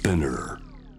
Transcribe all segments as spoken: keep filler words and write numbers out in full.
Spinner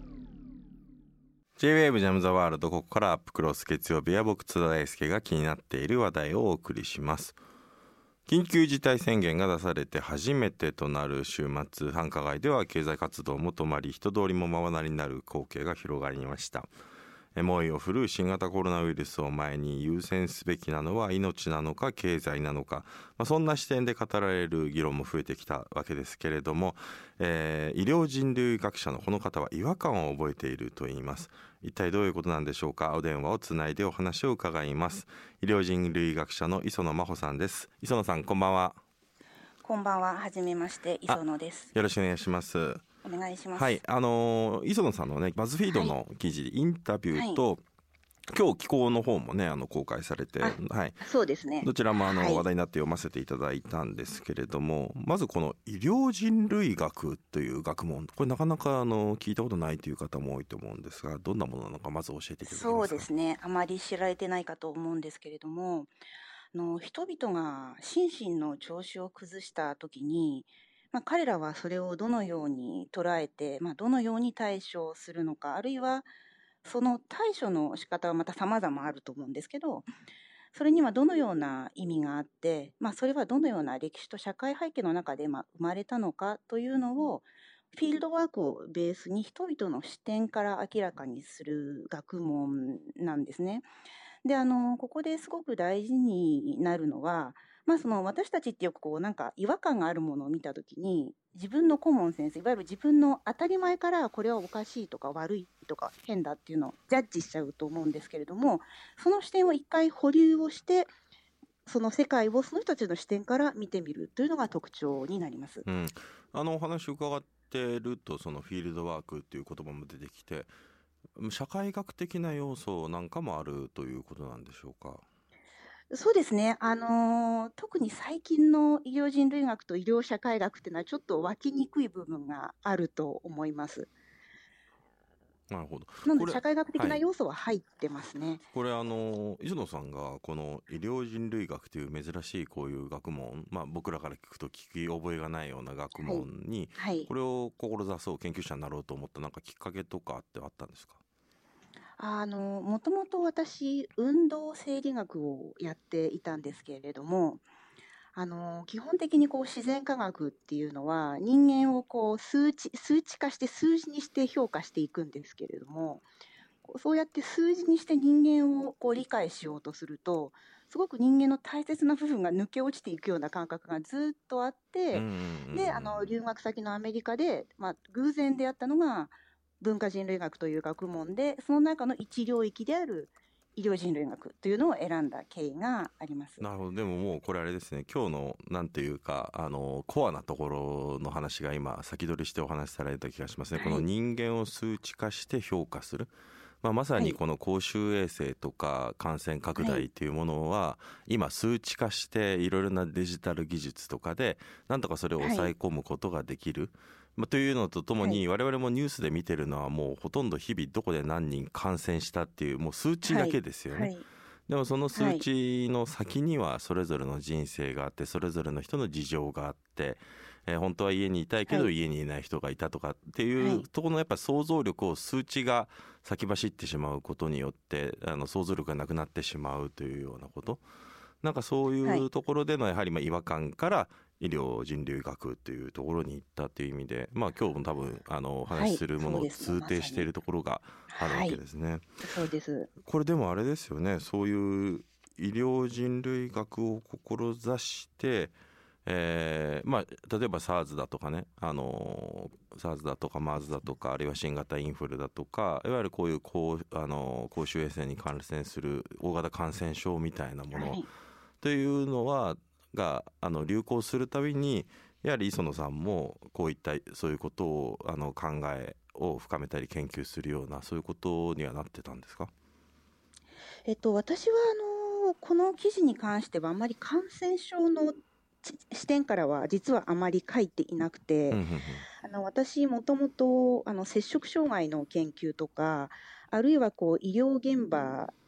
J-ウェーブ ジャムザワールド、ここからアップクロス。月曜日は僕津田大介が気になっている話題をお送りします。緊急事態宣言が出されて初めてとなる週末、繁華街では経済活動も止まり、人通りもまばなりになる光景が広がりました。猛威を振るう新型コロナウイルスを前に、優先すべきなのは命なのか経済なのか、まあ、そんな視点で語られる議論も増えてきたわけですけれども、えー、医療人類学者のこの方は違和感を覚えているといいます。一体どういうことなんでしょうか。お電話をつないでお話を伺います。医療人類学者の磯野真帆さんです。磯野さん、こんばんは。 こんばんは。はじめまして、磯野です。 よろしくお願いします。 お願いします。 はい、あのー、磯野さんのね、バズフィードの記事、はい、インタビューと、はい、今日寄稿の方もね、あの公開されて、はい、 そうですね。 どちらもあの、 はい、 話題になって読ませていただいたんですけれども、まずこの医療人類学という学問、これなかなかあの聞いたことないという方も多いと思うんですが、どんなものなのかまず教えていただけますか。 そうですね。あまり知られてないかと思うんですけれども、あの人々が心身の調子を崩した時に、まあ、彼らはそれをどのように捉えて、まあ、どのように対処するのか、あるいはその対処の仕方はまた様々あると思うんですけど、それにはどのような意味があって、まあ、それはどのような歴史と社会背景の中でまあ生まれたのかというのを、フィールドワークをベースに人々の視点から明らかにする学問なんですね。で、あの、ここですごく大事になるのは、まあ、その私たちってよくこうなんか違和感があるものを見たときに、自分のコモンセンス、いわゆる自分の当たり前からこれはおかしいとか悪いとか変だっていうのをジャッジしちゃうと思うんですけれども、その視点を一回保留をして、その世界をその人たちの視点から見てみるというのが特徴になります。 うん、あのお話を伺ってると、そのフィールドワークっていう言葉も出てきて、社会学的な要素なんかもあるということなんでしょうか。 そうですね。あのー、特に最近の医療人類学と医療社会学っていうのはちょっと分けにくい部分があると思います。 なるほど。 なので社会学的な要素は入ってますね。はい、 これあの磯野さんがこの医療人類学という珍しいこういう学問、まあ、僕らから聞くと聞き覚えがないような学問に、はいはい、これを志そう研究者になろうと思ったなんかきっかけとかってあったんですか。 あのもともと私運動生理学をやっていたんですけれども、あの基本的にこう自然科学っていうのは人間をこう数値数値化して数字にして評価していくんですけれども、そうやって数字にして人間をこう理解しようとすると、すごく人間の大切な部分が抜け落ちていくような感覚がずっとあって、であの留学先のアメリカで、まあ、偶然出会ったのが文化人類学という学問で、その中の一領域である医療人類学というのを選んだ経緯があります。 なるほど。でももうこれあれですね、今日のなんていうかあのコアなところの話が今先取りしてお話しされた気がしますね。はい、この人間を数値化して評価する、まあ、まさにこの公衆衛生とか感染拡大というものは今数値化していろいろなデジタル技術とかでなんとかそれを抑え込むことができる、はい、まあ、というのとともに我々もニュースで見てるのはもうほとんど日々どこで何人感染したっていうもう数値だけですよね。はいはい、でもその数値の先にはそれぞれの人生があって、それぞれの人の事情があって、えー、本当は家にいたいけど家にいない人がいたとかっていうところのやっぱり想像力を数値が先走ってしまうことによってあの想像力がなくなってしまうというようなこと、なんかそういうところでのやはりまあ違和感から医療人類学というところに行ったという意味で、まあ、今日も多分あのお話しするものを通底しているところがあるわけですね。はい、 そうです。 これでもあれですよね、そういう医療人類学を志して、えーまあ、例えば SARS だとかね、あの SARS だとか MERS だとか、あるいは新型インフルだとか、いわゆるこういう公あの公衆衛生に感染する大型感染症みたいなもの、はい、というのはがあの流行するたびにやはり磯野さんもこういったそういうことをあの考えを深めたり研究するようなそういうことにはなってたんですか。 えっと、私はあのこの記事に関してはあまり感染症の視点からは実はあまり書いていなくて、うんうんうん、あの私もともとあの摂食障害の研究とか、あるいはこう医療現場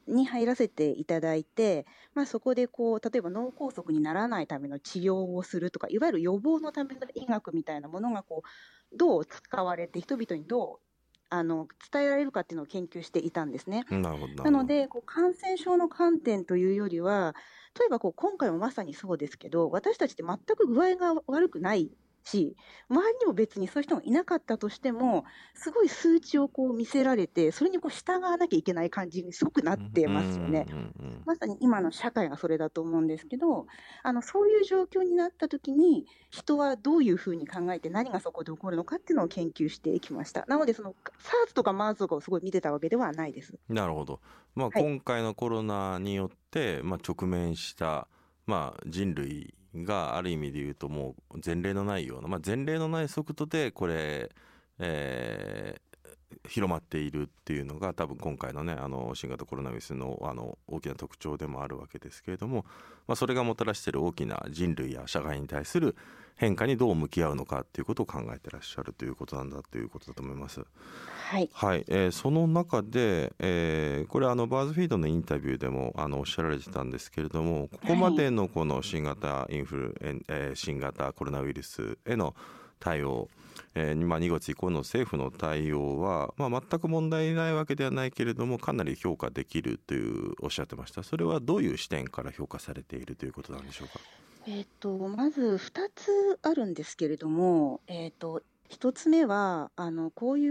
に入らせていただいて、まあ、そこでこう例えば脳梗塞にならないための治療をするとか、いわゆる予防のための医学みたいなものがこうどう使われて人々にどうあの伝えられるかっていうのを研究していたんですね。 なるほど。 なのでこう感染症の観点というよりは、例えばこう今回もまさにそうですけど、私たちって全く具合が悪くないし、周りにも別にそういう人がいなかったとしても、すごい数値をこう見せられて、それにこう従わなきゃいけない感じにすごくなってますよね。 うんうんうんうん、 まさに今の社会がそれだと思うんですけど、あのそういう状況になった時に人はどういうふうに考えて何がそこで起こるのかっていうのを研究してきました。なのでその SARS とか MERS とかをすごい見てたわけではないです。 なるほど。まあ、 はい、 今回のコロナによって、まあ、直面した、まあ、人類がある意味で言うともう前例のないような、まあ、前例のない速度でこれ、えー広まっているっていうのが多分今回のねあの新型コロナウイルスのあの大きな特徴でもあるわけですけれども、まあ、それがもたらしている大きな人類や社会に対する変化にどう向き合うのかっていうことを考えてらっしゃるということなんだということだと思います。 はい、 はい、えーその中で、えーこれあのバーズフィードのインタビューでもあのおっしゃられてたんですけれども、ここまでのこの新型インフルエン、えー新型コロナウイルスへの対応、えーまあ、にがつ以降の政府の対応は、まあ、全く問題ないわけではないけれどもかなり評価できるというおっしゃってました。それはどういう視点から評価されているということなんでしょうか。 えー、とまずふたつあるんですけれども、えー、とひとつめはあのこういう、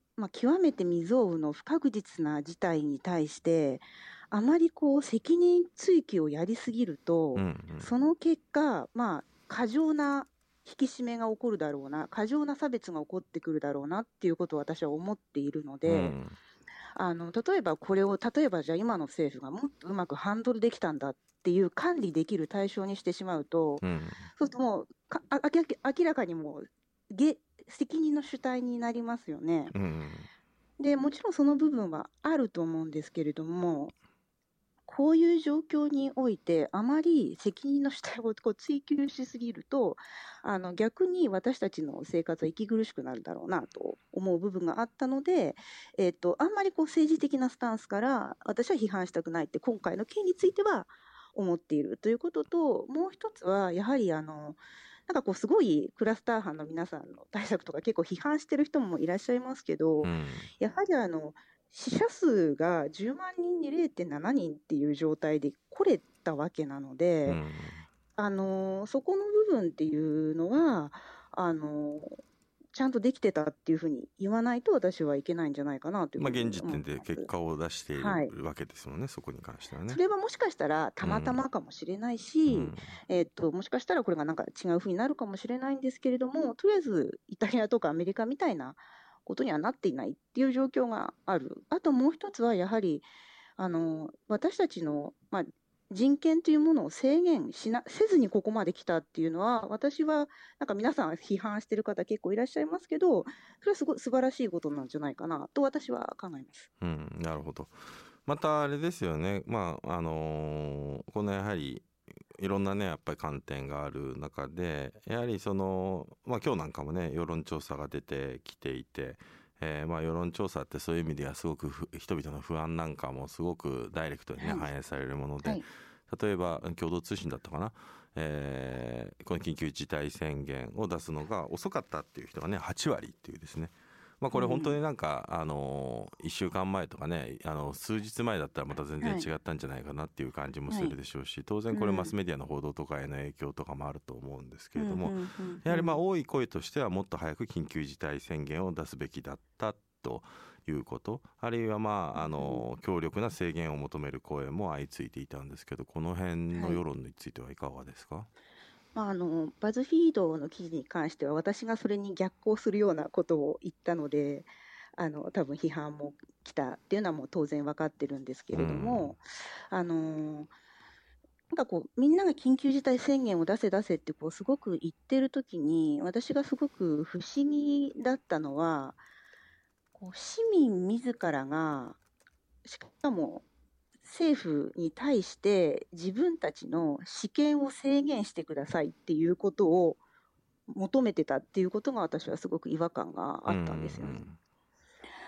まあ、極めて未曾有の不確実な事態に対してあまりこう責任追及をやりすぎると、 うんうん、 その結果、まあ、過剰な引き締めが起こるだろうな、過剰な差別が起こってくるだろうなっていうことを私は思っているので、 うんあの例えばこれを例えばじゃあ今の政府がもっとうまくハンドルできたんだっていう管理できる対象にしてしまうと、 うん、 そうするともうかあ明ら明らかにもうげ責任の主体になりますよね。 うん、 でもちろんその部分はあると思うんですけれども、こういう状況においてあまり責任の主体をこう追求しすぎると、あの逆に私たちの生活は息苦しくなるだろうなと思う部分があったので、えっと、あんまりこう政治的なスタンスから私は批判したくないって今回の件については思っているということと、もう一つはやはりあのなんかこうすごいクラスター班の皆さんの対策とか結構批判してる人もいらっしゃいますけど、 うん、 やはりあの死者数がじゅうまんにんに れいてんななにんっていう状態で来れたわけなので、 うん、 あのそこの部分っていうのはあのちゃんとできてたっていうふうに言わないと私はいけないんじゃないかなというまあ、 ふうに現時点で思ってます。 結果を出していはい、 るわけですもんね、そこに関してはね。 それはもしかしたらたまたまかもしれないし、 うんえっともしかしたらこれがなんか違うふうになるかもしれないんですけれども、とりあえずイタリアとかアメリカみたいなことにはなっていないっていう状況がある。あともう一つはやはりあの私たちの、まあ、人権というものを制限しなせずにここまで来たっていうのは、私はなんか皆さん批判してる方結構いらっしゃいますけど、それはすごい素晴らしいことなんじゃないかなと私は考えます。 うん、なるほど。またあれですよね、まああのーこのやはりいろんなねやっぱり観点がある中で、やはりその、まあ、今日なんかもね世論調査が出てきていて、えーまあ世論調査ってそういう意味ではすごくふ人々の不安なんかもすごくダイレクトにね、 はい、 反映されるもので、 はい、 例えば共同通信だったかな、えーこの緊急事態宣言を出すのが遅かったっていう人がねはちわりっていうですね、まあ、これ本当になんか、あのいっしゅうかんまえとかね、あの数日前だったらまた全然違ったんじゃないかなっていう感じもするでしょうし、当然これマスメディアの報道とかへの影響とかもあると思うんですけれども、やはりまあ多い声としてはもっと早く緊急事態宣言を出すべきだったということ、あるいはまああの強力な制限を求める声も相次いでいたんですけど、この辺の世論についてはいかがですか。 まあ、あのバズフィードの記事に関しては私がそれに逆行するようなことを言ったので、あの多分批判も来たっていうのはもう当然分かってるんですけれども、あのなんかこうみんなが緊急事態宣言を出せ出せってこうすごく言ってる時に、私がすごく不思議だったのは、こう市民自らがしかも政府に対して自分たちの私権を制限してくださいっていうことを求めてたっていうことが私はすごく違和感があったんですよね。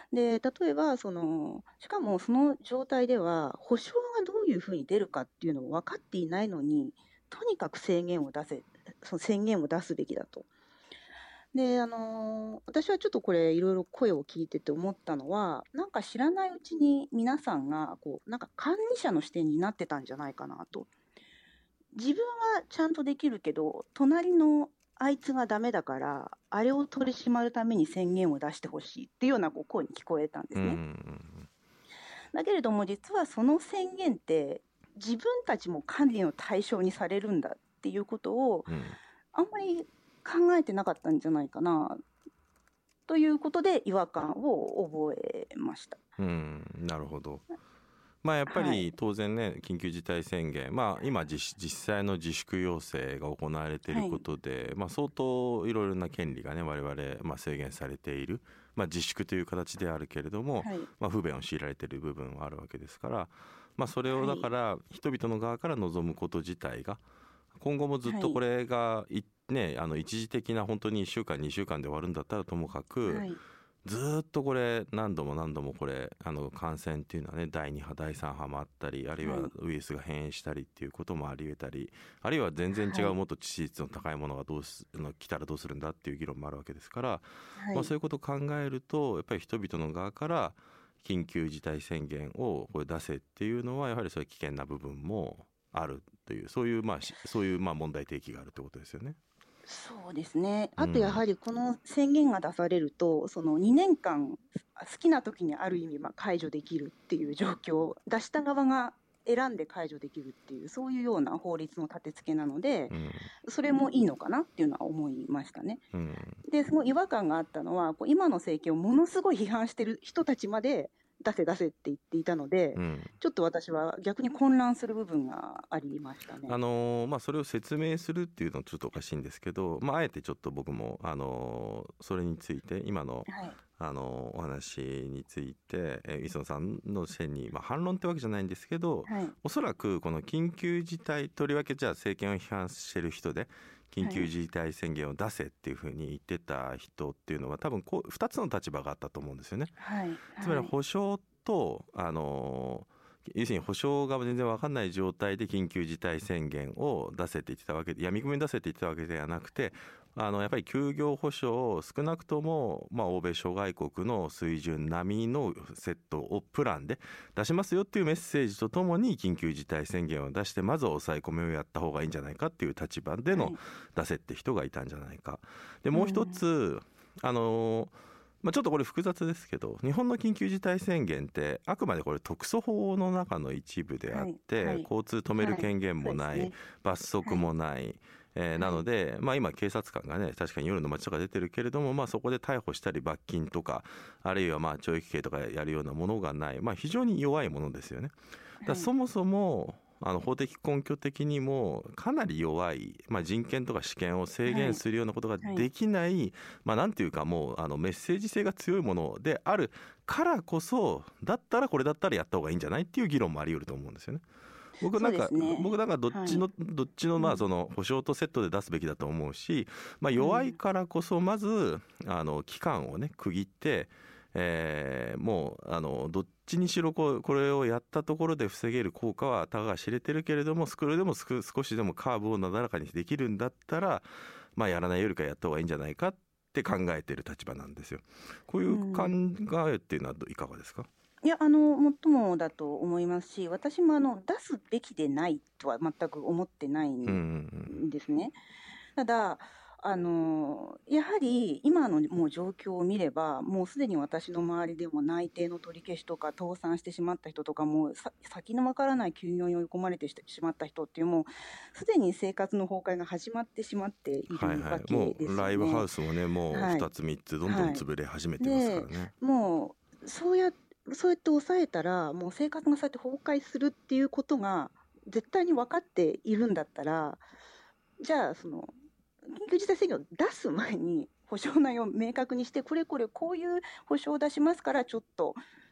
で、例えばその、しかもその状態では、保証がどういうふうに出るかっていうのも分かっていないのに、とにかく制限を出せ、その宣言を出すべきだと。で、あのー私はちょっとこれいろいろ声を聞いてて思ったのは、なんか知らないうちに皆さんが、こう、なんか管理者の視点になってたんじゃないかなと。自分はちゃんとできるけど、隣のあいつがダメだから、あれを取り締まるために宣言を出してほしいっていうようなこう声に聞こえたんですね。 うんだけれども実はその宣言って自分たちも管理の対象にされるんだっていうことをうんあんまり考えてなかったんじゃないかなということで違和感を覚えました。 うんなるほど。まあやっぱはい。 り当然ね、緊急事態宣言、まあ今実実際の自粛要請が行われているはい。 ことで、まあ相当いろいろな権利がね、我々まあ制限されている、まあ自粛という形であるけれども、 はい。 まあ不便を強いられている部分はあるわけですから、まあそれをはい。 だから人々の側から望むこと自体が、今後もずっとこはい。 れがいね、あの一時的な本当にいっしゅうかんにしゅうかんで終わるんだったらともかく、 はい。 ずーっとこれ何度も何度もこれあの感染っていうのはね、だいに波だいさん波もあったり、あるいははい。 ウイルスが変異したりっていうこともあり得たり、あるいは全然違はい。 うもっと致死率の高いものがどうすの来たらどうするんだっていう議論もあるわけですから、 はまあ、 い。 そういうことを考えるとやっぱり人々の側から緊急事態宣言をこれ出せっていうのはやはりそれ危険な部分もあるという、そういうまあしそういうまあ問題提起があるってことですよね。 そうですね。あとやうんはりこの宣言が出されると、そのにねんかん好きな時にある意味まあ解除できるっていう状況、出した側が選んで解除できるっていう、そういうような法律の立て付けなので、 うんそれもいいのかなっていうのは思いましたね。 うんで、その違和感があったのは、こう今の政権をものすごい批判してる人たちまで出せ出せって言っていたので、 うんちょっと私は逆に混乱する部分がありましたね。 あのーまあ、それを説明するっていうのはちょっとおかしいんですけど、まあ、あえてちょっと僕も、あのーそれについて今の、 はい。 あのーお話について、えー磯野さんの視点に、まあ、反論ってわけじゃないんですけど、 はい。 おそらくこの緊急事態、とりわけじゃあ政権を批判してる人で緊急事態宣言を出せっていうふうに言ってた人っていうのは多分こうふたつの立場があったと思うんですよね。 はい。 つまりはい。 保証と、あのー要するに保証が全然分かんない状態で緊急事態宣言を出せって言ってたわけで、闇雲に出せって言ってたわけではなくて、あのやっぱり休業保証を少なくとも、まあ、欧米諸外国の水準並みのセットをプランで出しますよっていうメッセージとともに緊急事態宣言を出して、まずは抑え込みをやった方がいいんじゃないかっていう立場でのはい。 出せって人がいたんじゃないか。でもう一うん。 つ、あのーまあ、ちょっとこれ複雑ですけど、日本の緊急事態宣言ってあくまでこれ特措法の中の一部であっはい。 て、 はい。 交通止めるはい。 権限もない、 そうですね。 罰則はい。 もない、えーなはい。 ので、まあ、今警察官がね確かに夜の街とか出てるけれども、まあ、そこで逮捕したり罰金とか、あるいはまあ懲役刑とかやるようなものがない、まあ、非常に弱いものですよね。だからはい。 そもそもあの法的根拠的にもかなり弱い、まあ、人権とか私権を制はい。 限するようなことがはい。 できない、まあ、なんていうかもうあのメッセージ性が強いものであるからこそ、だったらこれだったらやった方がいいんじゃないっていう議論もあり得ると思うんですよね。僕そうでなんかすね。 僕なんかどっはい。 ちのどっちのまあうん。 その保証とセットで出すべきだと思うし、まあ、弱いうん。 からこそまずあの期間をね区切って、えーもうあのどっちにしろこうこれをやったところで防げる効果はたかが知れてるけれども、それでもすく少しでもカーブをなだらかにできるんだったら、まあ、やらないよりかやった方がいいんじゃないかって考えてる立場なんですよ。こういう考うん。 えっていうのはいかがですか？ いや、あの、もっともだと思いますし、私もあの、出すべきでないとは全く思ってないうんうんんですね。ただ、あの、やはり今のもう状況を見れば、もうすでに私の周りでも内定の取り消しとか倒産してしまった人とかも、さ先のわからない休業に追い込まれてししまった人っていう、もうすでに生活の崩壊が始まってしまっていはいはい、 るわけでもうライブハすよね。 ウスもねもうはい。 ふたつみっつどんどんはい。 潰れ始めてますかで、 らね。 もう、そうや、そうやって抑えたら、もう生活がそうやって崩壊するっていうことが絶対に分かっているんだったら、じゃあ、その、緊急事態宣言を出す前に保証内容を明確にして、これこれこういう保証を出しますから、ちょっと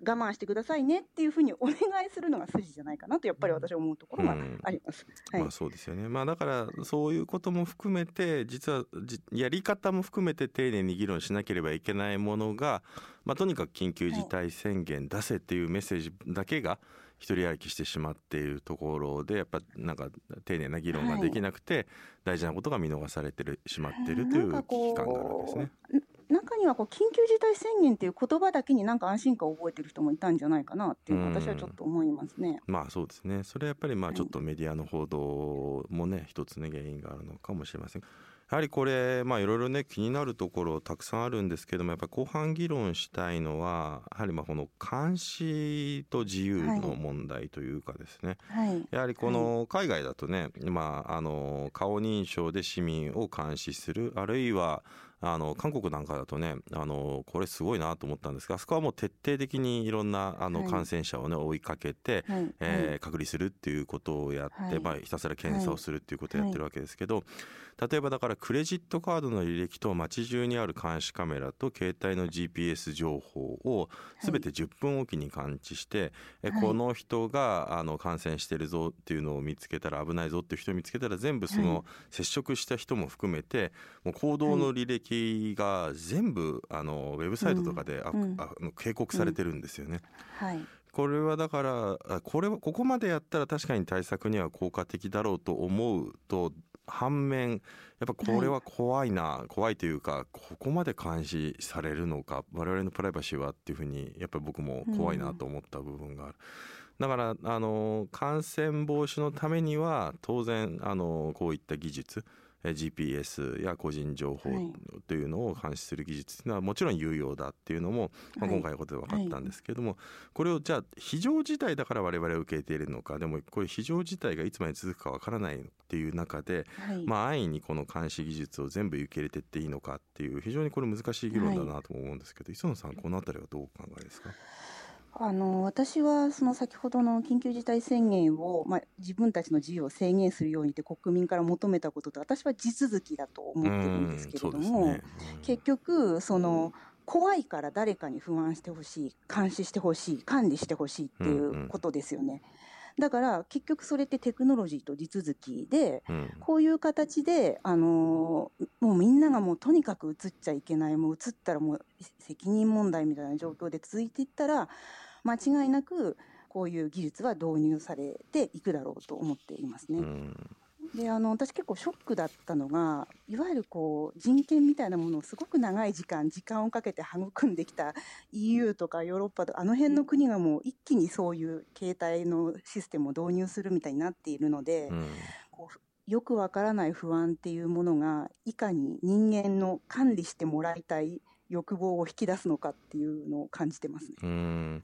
我慢してくださいねっていうふうにお願いするのが筋じゃないかなとやっぱり私は思うところがあります、 うん、はい、まあ、そうですよね。まあ、だからそういうことも含めて実はやり方も含めて丁寧に議論しなければいけないものが、まあ、とにかく緊急事態宣言出せっていうメッセージだけが一人歩きしてしまっているところでやっぱなんか丁寧な議論ができなくて、はい、大事なことが見逃されてしまっているという危機感があるわけですね。 中にはこう緊急事態宣言っていう言葉だけになんか安心感を覚えてる人もいたんじゃないかなっていうのは私はちょっと思いますね。 まあそうですね。それはやっぱりまあちょっとメディアの報道もね、一つね原因があるのかもしれません。やはりこれまあいろいろね気になるところたくさんあるんですけども、やっぱり後半議論したいのはやはりまあこの監視と自由の問題というかですね、はい、やはりこの海外だとね、まああの顔認証で市民を監視する、あるいはあの韓国なんかだとね、あのこれすごいなと思ったんですが、あそこはもう徹底的にいろんなあの感染者をね追いかけて、はい、えー、隔離するっていうことをやって、はい、まあ、ひたすら検査をするっていうことをやってるわけですけど、例えばだからクレジットカードの履歴と街中にある監視カメラと携帯の ジーピーエス 情報を全てじゅっぷんおきに感知して、はい、この人があの感染してるぞっていうのを見つけたら、危ないぞっていう人を見つけたら全部その接触した人も含めてもう行動の履歴が全部あのウェブサイトとかで、うん、ああ警告されてるんですよね、うん、はい、これはだからこれはここまでやったら確かに対策には効果的だろうと思うと反面やっぱこれは怖いな、はい、怖いというかここまで監視されるのか我々のプライバシーはっていうふうにやっぱり僕も怖いなと思った部分がある、うん、だからあの感染防止のためには当然あのこういった技術ジーピーエス や個人情報というのを監視する技術というのはもちろん有用だっていうのも、まあ、今回のことで分かったんですけれども、これをじゃあ非常事態だから我々は受け入れているのか、でもこれ非常事態がいつまで続くか分からないっていう中で、まあ、安易にこの監視技術を全部受け入れていっていいのかっていう非常にこれ難しい議論だなと思うんですけど、磯野さんこのあたりはどうお考えですか？ あの私はその先ほどの緊急事態宣言を、まあ、自分たちの自由を制限するようにって国民から求めたことと私は地続きだと思ってるんですけれども、ね、結局その怖いから誰かに不安してほしい、監視してほしい、管理してほしいっていうことですよね。だから結局それってテクノロジーと地続きで、うん、こういう形で、あのー、もうみんながもうとにかく映っちゃいけない、もう映ったらもう責任問題みたいな状況で続いていったら間違いなくこういう技術は導入されていくだろうと思っていますね。うん、であの私結構ショックだったのが、いわゆるこう人権みたいなものをすごく長い時間時間をかけて育んできた イーユー とかヨーロッパとかあの辺の国がもう一気にそういう携帯のシステムを導入するみたいになっているので、うん、こうよくわからない不安っていうものがいかに人間の管理してもらいたい欲望を引き出すのかっていうのを感じてますね。 うん、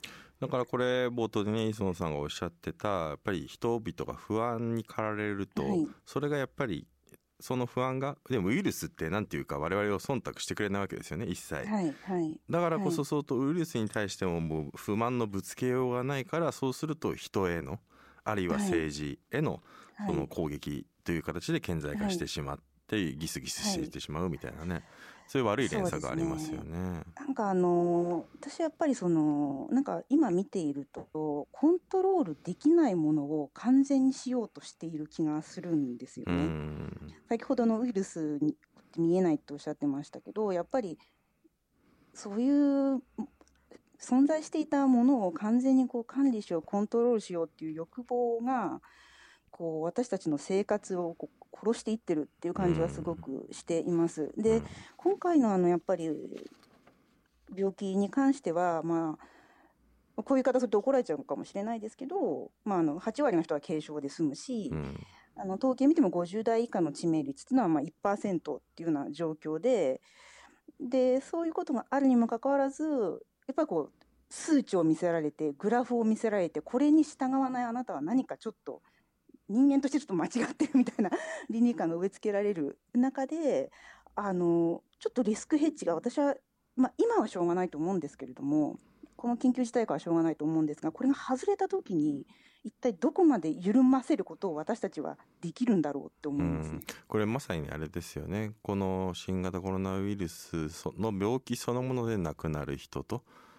だからこれ冒頭でね磯野さんがおっしゃってたやっぱり人々が不安に駆られると、はい、それがやっぱりその不安がでもウイルスってなんていうか我々を忖度してくれないわけですよね一切、はいはい、だからこそそうとウイルスに対してももう不満のぶつけようがないから、そうすると人へのあるいは政治へのその攻撃という形で顕在化してしまってギスギスしてしまうみたいなね、そういう悪い連鎖がありますよ ね, ねなんかあの私やっぱりそのなんか今見ているとコントロールできないものを完全にしようとしている気がするんですよね。うん先ほどのウイルスに見えないっておっしゃってましたけど、やっぱりそういう存在していたものを完全にこう管理しようコントロールしようっていう欲望がこう私たちの生活をこう殺していってるっていう感じはすごくしています。で、うん、今回のあのやっぱり病気に関しては、まあ、こういう言い方すると怒られちゃうかもしれないですけど、まあ、あのはち割の人は軽症で済むし、うん、あの統計見てもごじゅう代以下の致命率っていうのはまあ いちパーセント っていうような状況で、でそういうことがあるにもかかわらずやっぱりこう数値を見せられてグラフを見せられて、これに従わないあなたは何かちょっと人間としてちょっと間違ってるみたいな倫理観が植え付けられる中で、あのちょっとリスクヘッジが私は、まあ、今はしょうがないと思うんですけれども、この緊急事態下はしょうがないと思うんですが、これが外れた時に一体どこまで緩ませることを私たちはできるんだろうって思いますね。うん、 これまさにあれですよね。この新型コロナウイルスの病気そのもので亡くなる人と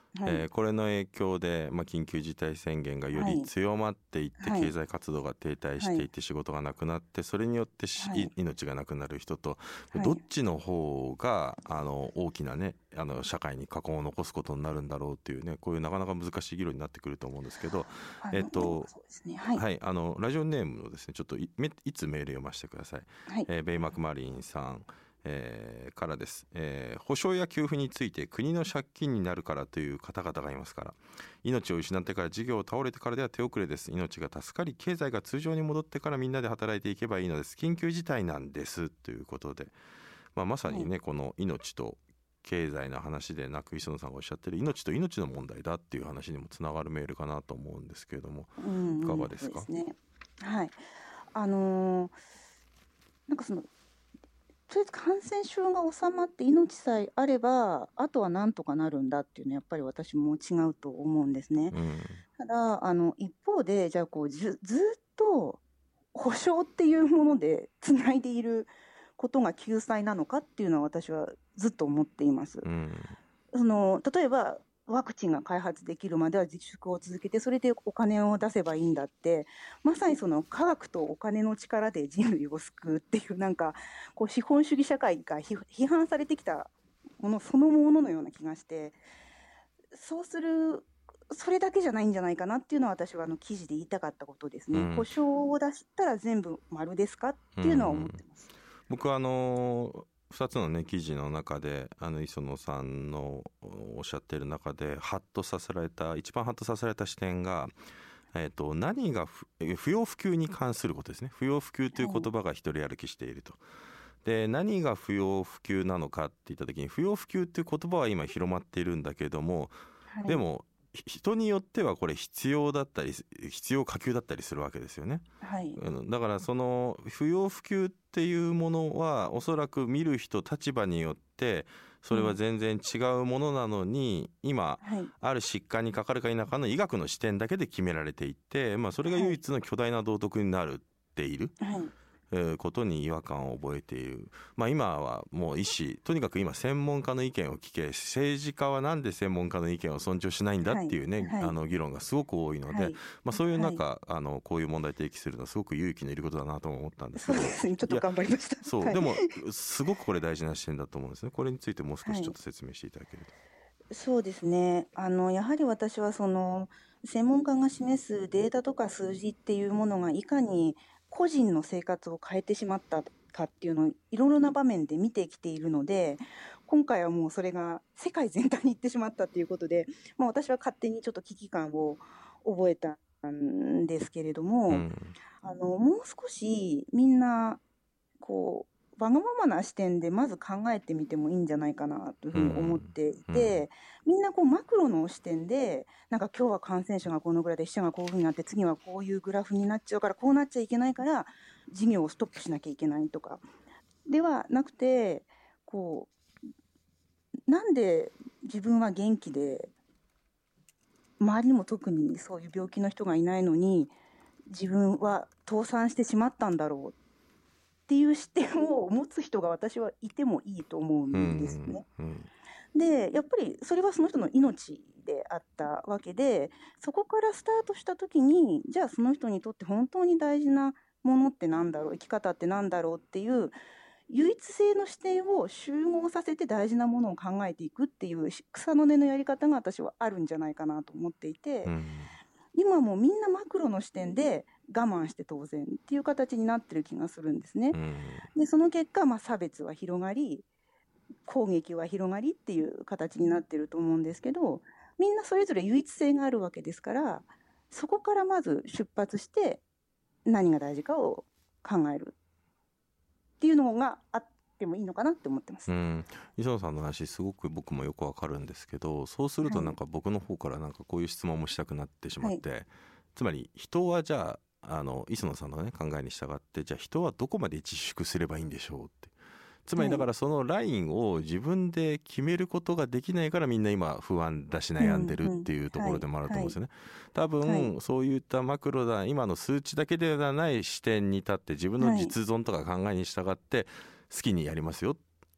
はい、 えーこれの影響で、まあ、緊急事態宣言がより強まっていって、 はい経済活動が停滞していって仕事がなくなって、それによってし、 はい、 命がなくなる人と、 はい、 どっちの方があの大きなね、あの社会に禍根を残すことになるんだろうっていうね、こういうなかなか難しい議論になってくると思うんですけど、 あのえっとそうですね、はい、 はい、あのラジオネームのですね、ちょっといめいつメール読ませてください。 はい、 えーベイマクマリンさん、えーからです、えー保証や給付について国の借金になるからという方々がいますから、命を失ってから事業を倒れてからでは手遅れです。命が助かり経済が通常に戻ってからみんなで働いていけばいいのです。緊急事態なんですということで、まあ、まさにね、この命と経済の話でなく、磯野さんがおっしゃってる命と命の問題だっていう話にもつながるメールかなと思うんですけれども、 うんいかうん、 がですか？ そうですね。はい。あのーなんかその、とりあえず感染症が収まって命さえあれば、あとはなんとかなるんだっていうのは、やっぱり私も違うと思うんですね。 うん、 ただ、あの、一方で、じゃあこう、ず、ずっと保証っていうものでつないでいることが救済なのかっていうのは私はずっと思っています。 うん、 その例えばワクチンが開発できるまでは自粛を続けて、それでお金を出せばいいんだって、まさにその科学とお金の力で人類を救うっていう、なんかこう資本主義社会が批批判されてきたものそのもののような気がして、そうするそれだけじゃないんじゃないかなっていうのは、私はあの記事で言いたかったことですね。保うん、 証を出したら全部丸ですかっうていうのは思っん。 てます。 僕はあのふたつのね記事の中で、あの磯野さんのおっしゃってる中でハッとさせられた一番ハッとさせられた視点が、えー、と何が不不要不急に関することですね。不要不急という言葉が一人歩きしていると。で、何が不要不急なのかって言った時に、不要不急っていう言葉は今広まっているんだけれども、 はい、 でもひ人によってはこれ必要だったり必要可及だったりするわけですよね。 はい、 うんだからその不要不急っていうものはおそらく見る人立場によってそれは全然違うものなのに、今はい、 ある疾患にかかるか否かの医学の視点だけで決められていて、まあ、それが唯一の巨大な道徳になるっているはい、 えーことに違和感を覚えている。まあ、今はもう医師、とにかく今専門家の意見を聞け、政治家はなんで専門家の意見を尊重しないんだっていうね、 はい、 あの議論がすごく多いので、 はい、 まあ、そういうはい、 中、あのこういう問題提起するのはすごく勇気のいることだなとも思ったんですけど、 そうですね、ちょっといや頑張りました。 そう、 はい、 でもすごくこれ大事な視点だと思うんですね。これについてもう少しちょっと説明していただけると。 そうですね。あの、やはり私はその、専門家が示すデータとか数字っていうものがいかに個人の生活を変えてしまったかっていうのをいろいろな場面で見てきているので、今回はもうそれが世界全体に行ってしまったっていうことで、まあ私は勝手にちょっと危機感を覚えたんですけれども、 うん、 あの、もう少しみんな、こう、わがままな視点でまず考えてみてもいいんじゃないかなというふうに思っていうん、 て、みんなこうマクロの視点で、なんか今日は感染者がこのぐらいで死者がこういうふうになって、次はこういうグラフになっちゃうから、こうなっちゃいけないから、事業をストップしなきゃいけないとか、ではなくて、こう、なんで自分は元気で、周りにも特にそういう病気の人がいないのに、自分は倒産してしまったんだろうっていう視点を持つ人が私はいてもいいと思ううんですね。 ん、うん、 で、やっぱりそれはその人の命であったわけで、そこからスタートした時に、じゃあその人にとって本当に大事なものってなんだろう、生き方ってなんだろうっていう唯一性の視点を集合させて大事なものを考えていくっていう草の根のやり方が私はあるんじゃないかなと思っていて、 うん、 今もみんなマクロの視点で我慢して当然っていう形になってる気がするんですね。 うん、 で、その結果、まあ、差別は広がり、攻撃は広がりっていう形になってると思うんですけど、みんなそれぞれ唯一性があるわけですから、そこからまず出発して何が大事かを考えるっていうのがあってもいいのかなって思ってます。 うん、磯野さんの話すごく僕もよくわかるんですけど、そうするとなんか僕の方からなんかこういう質問もしたくなってしまって、はい、つまり人はじゃあ、あの磯野さんの、ね、考えに従ってじゃあ人はどこまで自粛すればいいんでしょうって、つまりだからそのラインを自分で決めることができないからみんな今不安だし悩んでるっていうところでもあると思うんですよね。多分そういったマクロな今の数値だけではない視点に立って自分の実存とか考えに従って好きにやりますよ、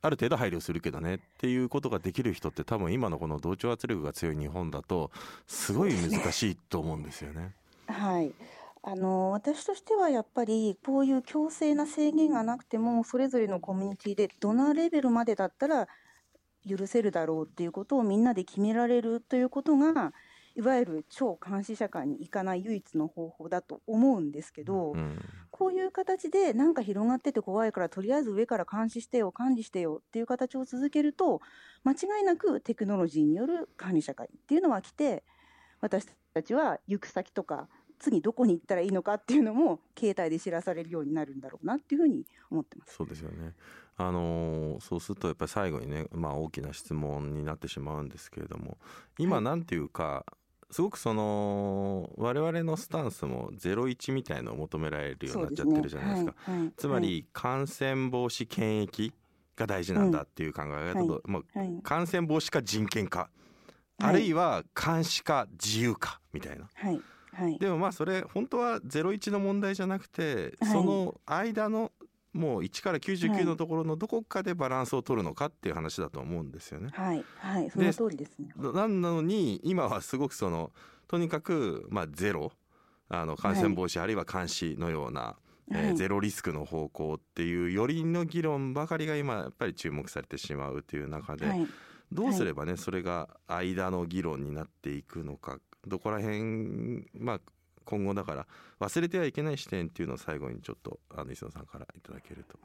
ある程度配慮するけどねっていうことができる人って多分今のこの同調圧力が強い日本だとすごい難しいと思うんですよね。 はい、あの私としてはやっぱりこういう強制な制限がなくてもそれぞれのコミュニティでどのレベルまでだったら許せるだろうっていうことをみんなで決められるということがいわゆる超監視社会に行かない唯一の方法だと思うんですけど、 うん、 こういう形でなんか広がってて怖いからとりあえず上から監視してよ管理してよっていう形を続けると間違いなくテクノロジーによる管理社会っていうのは来て私たちは行く先とか次どこに行ったらいいのかっていうのも携帯で知らされるようになるんだろうなっていうふうに思ってます。 そうですよね。あのーそうするとやっぱり最後にね、まあ、大きな質問になってしまうんですけれども今なんていうか、はい、すごくその我々のスタンスもゼロイチみたいのを求められるようになっちゃってるじゃないですか。 はいはい、 つまり感染防止検疫が大事なんだっていう考え方と、うんまあはい、感染防止か人権か、はい、あるいは監視か自由かみたいな、 はいはい、 でもまあそれ本当はゼロイチの問題じゃなくて、はい、その間のもういちからきゅうじゅうきゅうのところのどこかでバランスを取るのかっていう話だと思うんですよね。 はいはい、その通りですね。 なのに今はすごくそのとにかくまあゼロあの感染防止、はい、あるいは監視のような、はいえー、ゼロリスクの方向っていうよりの議論ばかりが今やっぱり注目されてしまうという中で、はい、どうすればねそれが間の議論になっていくのか、どこら辺まあ今後だから忘れてはいけない視点っていうのを最後にちょっとあの磯野さんからいただけると。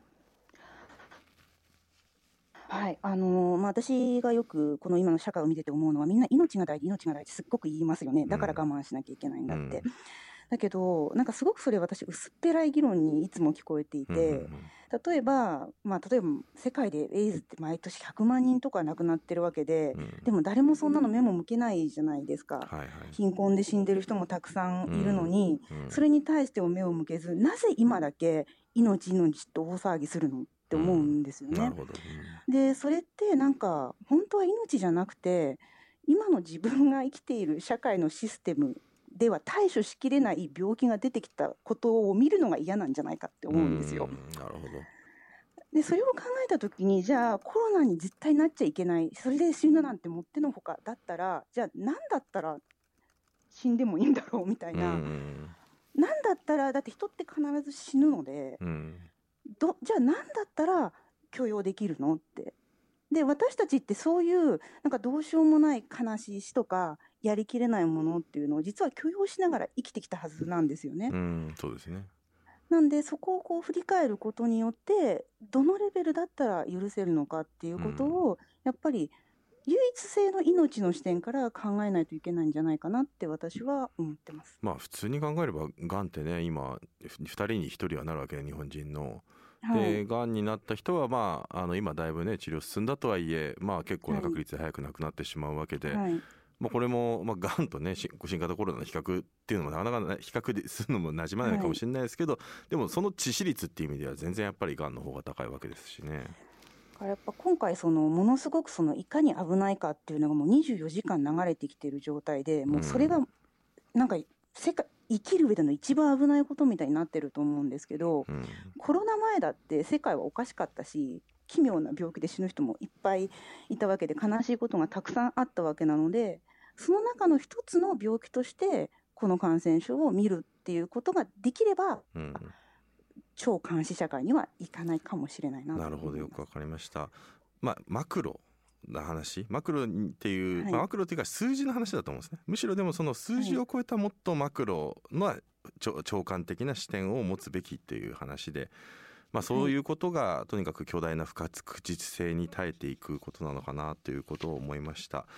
はいあのーまあ、私がよくこの今の社会を見てて思うのはみんな命が大事命が大事すっごく言いますよね。だから我慢しなきゃいけないんだって、うん、だけどなんかすごくそれ私薄っぺらい議論にいつも聞こえていて、うんうんうん、例えば、まあ、例えば世界でエイズって毎年ひゃくまんにんとか亡くなってるわけで、うん、でも誰もそんなの目も向けないじゃないですか、はいはい、貧困で死んでる人もたくさんいるのに、うんうん、それに対しても目を向けずなぜ今だけ命命と大騒ぎするのって思うんですよね、うん、なるほど、うん、でそれってなんか本当は命じゃなくて今の自分が生きている社会のシステムでは対処しきれない病気が出てきたことを見るのが嫌なんじゃないかって思うんですよ。 なるほど。 でそれを考えた時にじゃあコロナに絶対なっちゃいけないそれで死ぬなんてもってのほかだったらじゃあ何だったら死んでもいいんだろうみたいな、何だったらだって人って必ず死ぬので、うんどじゃあ何だったら許容できるのってで私たちってそういうなんかどうしようもない悲しい死とかやりきれないものっていうのを実は許容しながら生きてきたはずなんですよね。 うん、そうですね。 なんでそこをこう振り返ることによってどのレベルだったら許せるのかっていうことをやっぱり唯一性の命の視点から考えないといけないんじゃないかなって私は思ってます。 まあ普通に考えればがんってね今ふたりにひとりはなるわけで日本人の。でがんになった人は、まあ、あの今だいぶね治療進んだとはいえ、まあ、結構な確率で早く亡くなってしまうわけで、はいまあ、これも、まあ、がんとね新型コロナの比較っていうのもなかなか、ね、比較でするのもなじまないかもしれないですけど、はい、でもその致死率っていう意味では全然やっぱりがんの方が高いわけですしね。 やっぱ今回そのものすごくそのいかに危ないかっていうのがもうにじゅうよじかん流れてきている状態でもうそれがなんか世界生きる上での一番危ないことみたいになってると思うんですけど、うん、コロナ前だって世界はおかしかったし奇妙な病気で死ぬ人もいっぱいいたわけで悲しいことがたくさんあったわけなのでその中の一つの病気としてこの感染症を見るっていうことができれば、うん、超監視社会にはいかないかもしれないなと。 なるほどよくわかりました。まあ、マクロな話マクロっていう、はいまあ、マクロっていうか数字の話だと思うんですね。むしろでもその数字を超えたもっとマクロの長官的な視点を持つべきっていう話で、まあ、そういうことがとにかく巨大な不確実性に耐えていくことなのかなということを思いました、はい、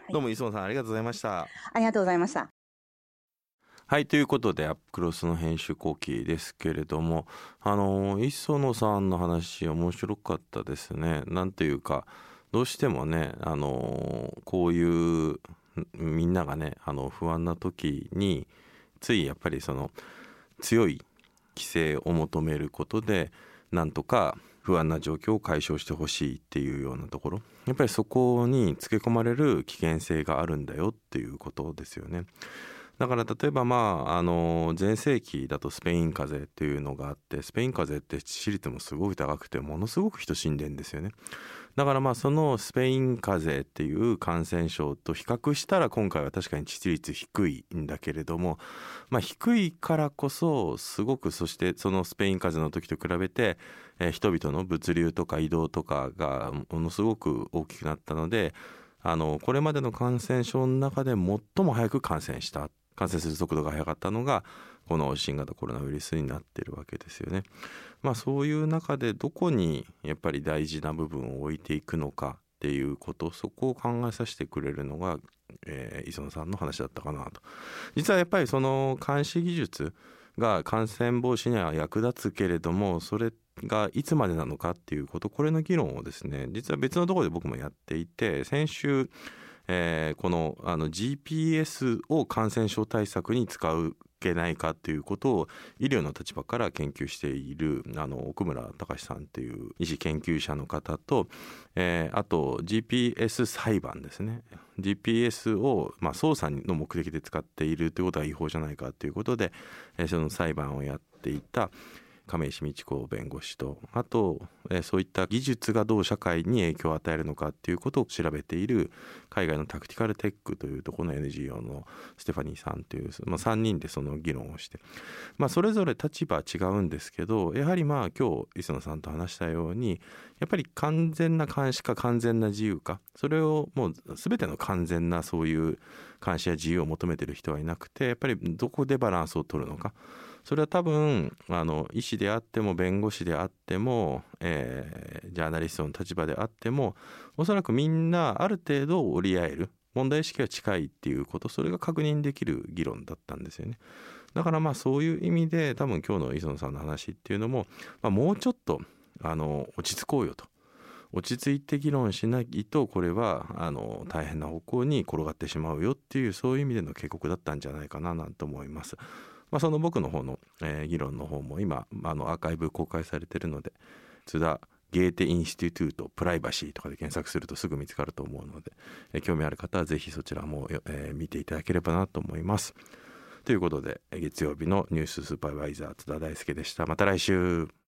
どうも磯野さんありがとうございました。 ありがとうございました。 はいということでアップクロスの編集後期ですけれどもあの磯野さんの話面白かったですね。なんていうかどうしてもね、あのー、こういうみんながねあの不安な時についやっぱりその強い規制を求めることでなんとか不安な状況を解消してほしいっていうようなところやっぱりそこにつけ込まれる危険性があるんだよっていうことですよね。 だから例えばまああの前世紀だとスペイン風邪っていうのがあって、スペイン風邪って致死率もすごい高くてものすごく人死んでんですよね。だからまあそのスペイン風邪っていう感染症と比較したら今回は確かに致死率低いんだけれども、まあ低いからこそすごく、そしてそのスペイン風邪の時と比べて、えー人々の物流とか移動とかがものすごく大きくなったので、あのこれまでの感染症の中で最も早く感染した感染する速度が速かったのがこの新型コロナウイルスになっているわけですよね。まあそういう中でどこにやっぱり大事な部分を置いていくのかっていうこと、そこを考えさせてくれるのが、えー磯野さんの話だったかなと。実はやっぱりその監視技術が感染防止には役立つけれども、それがいつまでなのかっていうこと、これの議論をですね、実は別のところで僕もやっていて、先週、えーこの、あの ジーピーエス を感染症対策に使うけないかっていうことを医療の立場から研究しているあの奥村隆さんっていう医師研究者の方と、えーあと ジーピーエス 裁判ですね。 ジーピーエス を、まあ、捜査の目的で使っているということは違法じゃないかということで、えーその裁判をやっていた亀石美智子弁護士と、あと、えーそういった技術がどう社会に影響を与えるのかっていうことを調べている海外のタクティカルテックというところの エヌジーオー のステファニーさんという、まあ、さんにんでその議論をして、まあ、それぞれ立場は違うんですけど、やはりまあ今日磯野さんと話したように、やっぱり完全な監視か完全な自由か、それをもう全ての完全なそういう監視や自由を求めている人はいなくて、やっぱりどこでバランスを取るのか、それは多分あの医師であっても弁護士であっても、えージャーナリストの立場であっても、おそらくみんなある程度折り合える問題意識が近いっていうこと、それが確認できる議論だったんですよね。だからまあそういう意味で多分今日の磯野さんの話っていうのも、まあ、もうちょっとあの落ち着こうよと、落ち着いて議論しないとこれはあの大変な方向に転がってしまうよっていう、そういう意味での警告だったんじゃないかななんて思います。まあ、その僕の方の、えー議論の方も今あのアーカイブ公開されているので、津田ゲーテインスティテュートプライバシーとかで検索するとすぐ見つかると思うので、えー興味ある方はぜひそちらも、えー見ていただければなと思います。ということで月曜日のニューススーパーバイザー津田大輔でした。また来週。